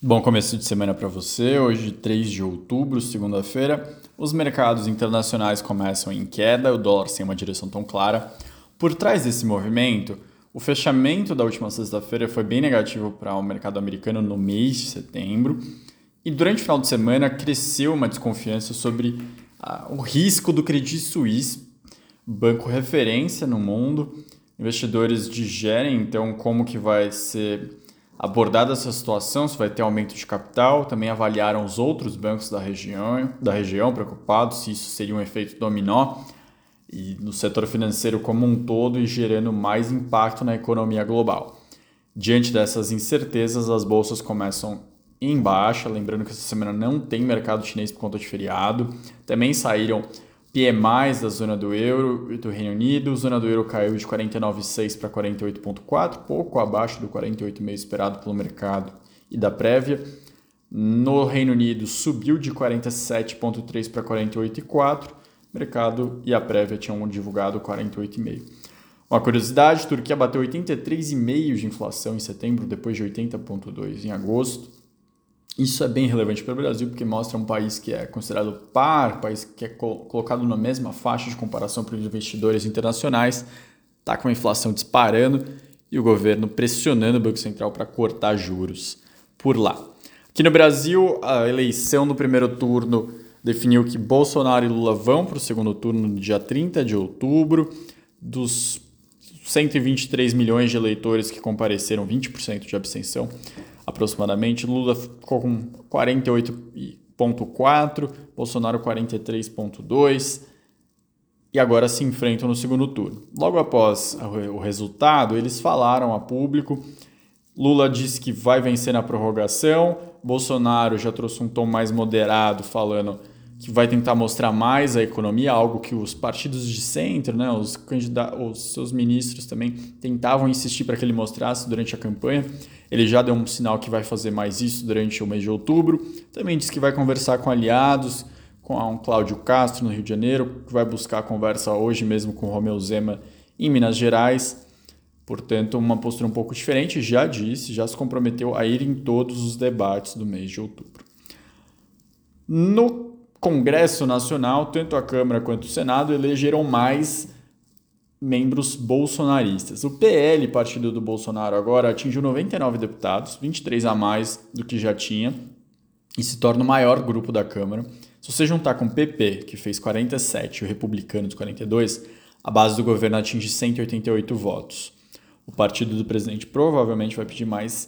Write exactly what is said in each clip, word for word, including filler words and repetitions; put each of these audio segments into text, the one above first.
Bom começo de semana para você. Hoje, três de outubro, segunda-feira. Os mercados internacionais começam em queda, o dólar sem uma direção tão clara. Por trás desse movimento, o fechamento da última sexta-feira foi bem negativo para o mercado americano no mês de setembro. E durante o final de semana cresceu uma desconfiança sobre ah, o risco do Credit Suisse, banco referência no mundo. Investidores digerem então como que vai ser abordada essa situação, se vai ter aumento de capital. Também avaliaram os outros bancos da região, da região preocupados se isso seria um efeito dominó e no setor financeiro como um todo e gerando mais impacto na economia global. Diante dessas incertezas, as bolsas começam em baixa, lembrando que essa semana não tem mercado chinês por conta de feriado. Também saíram P M Is da zona do euro e do Reino Unido. A zona do euro caiu de quarenta e nove vírgula seis para quarenta e oito vírgula quatro, pouco abaixo do quarenta e oito vírgula cinco esperado pelo mercado e da prévia. No Reino Unido subiu de quarenta e sete vírgula três para quarenta e oito vírgula quatro. O mercado e a prévia tinham divulgado quarenta e oito vírgula cinco. Uma curiosidade, a Turquia bateu oitenta e três vírgula cinco de inflação em setembro, depois de oitenta vírgula dois em agosto. Isso é bem relevante para o Brasil, porque mostra um país que é considerado par, um país que é colocado na mesma faixa de comparação para os investidores internacionais, está com a inflação disparando e o governo pressionando o Banco Central para cortar juros por lá. Aqui no Brasil, a eleição no primeiro turno definiu que Bolsonaro e Lula vão para o segundo turno no dia trinta de outubro. Dos cento e vinte e três milhões de eleitores que compareceram, vinte por cento de abstenção aproximadamente. Lula ficou com quarenta e oito vírgula quatro, Bolsonaro quarenta e três vírgula dois e agora se enfrentam no segundo turno. Logo após o resultado, eles falaram a público. Lula disse que vai vencer na prorrogação, Bolsonaro já trouxe um tom mais moderado, falando que vai tentar mostrar mais a economia, algo que os partidos de centro, né, os, candidatos, os seus ministros também tentavam insistir para que ele mostrasse durante a campanha. Ele já deu um sinal que vai fazer mais isso durante o mês de outubro. Também disse que vai conversar com aliados, com um Cláudio Castro no Rio de Janeiro, que vai buscar a conversa hoje mesmo com o Romeu Zema em Minas Gerais. Portanto, uma postura um pouco diferente. Já disse, já se comprometeu a ir em todos os debates do mês de outubro. No Congresso Nacional, tanto a Câmara quanto o Senado elegeram mais membros bolsonaristas. O P L, partido do Bolsonaro, agora atingiu noventa e nove deputados, vinte e três a mais do que já tinha, e se torna o maior grupo da Câmara. Se você juntar com o P P, que fez quarenta e sete, e o Republicanos quarenta e dois, a base do governo atinge cento e oitenta e oito votos. O partido do presidente provavelmente vai pedir mais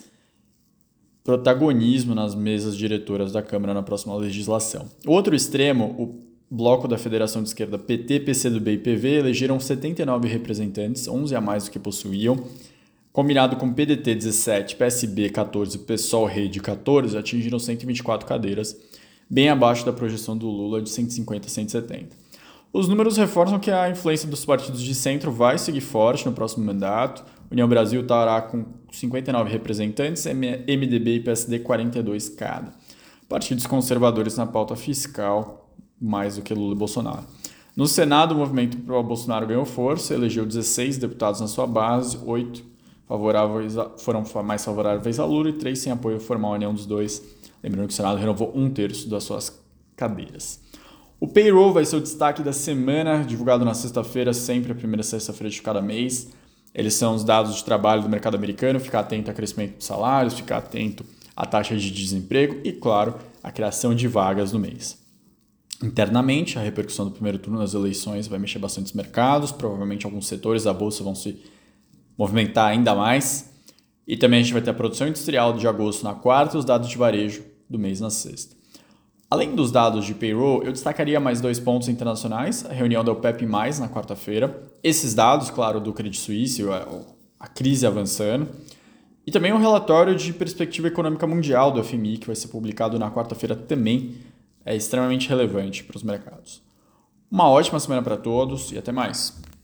protagonismo nas mesas diretoras da Câmara na próxima legislação. O outro extremo, o bloco da Federação de Esquerda P T, PCdoB e P V, elegeram setenta e nove representantes, onze a mais do que possuíam. Combinado com P D T dezessete, P S B catorze e PSOL Rede catorze, atingiram cento e vinte e quatro cadeiras, bem abaixo da projeção do Lula de cento e cinquenta a cento e setenta. Os números reforçam que a influência dos partidos de centro vai seguir forte no próximo mandato. União Brasil estará com cinquenta e nove representantes, M D B e P S D quarenta e dois cada. Partidos conservadores na pauta fiscal, mais do que Lula e Bolsonaro. No Senado, o movimento pro Bolsonaro ganhou força, elegeu dezesseis deputados na sua base, oito favoráveis a, foram mais favoráveis a Lula e três sem apoio formal a nenhum dos dois. Lembrando que o Senado renovou um terço das suas cadeiras. O payroll vai ser o destaque da semana, divulgado na sexta-feira, sempre a primeira sexta-feira de cada mês. Eles são os dados de trabalho do mercado americano, ficar atento ao crescimento dos salários, ficar atento à taxa de desemprego e, claro, a criação de vagas no mês. Internamente, a repercussão do primeiro turno nas eleições vai mexer bastante os mercados, provavelmente alguns setores da bolsa vão se movimentar ainda mais. E também a gente vai ter a produção industrial de agosto na quarta e os dados de varejo do mês na sexta. Além dos dados de payroll, eu destacaria mais dois pontos internacionais, a reunião da OPEP mais, na quarta-feira. Esses dados, claro, do Credit Suisse, a crise avançando. E também um relatório de perspectiva econômica mundial do F M I, que vai ser publicado na quarta-feira também, é extremamente relevante para os mercados. Uma ótima semana para todos e até mais.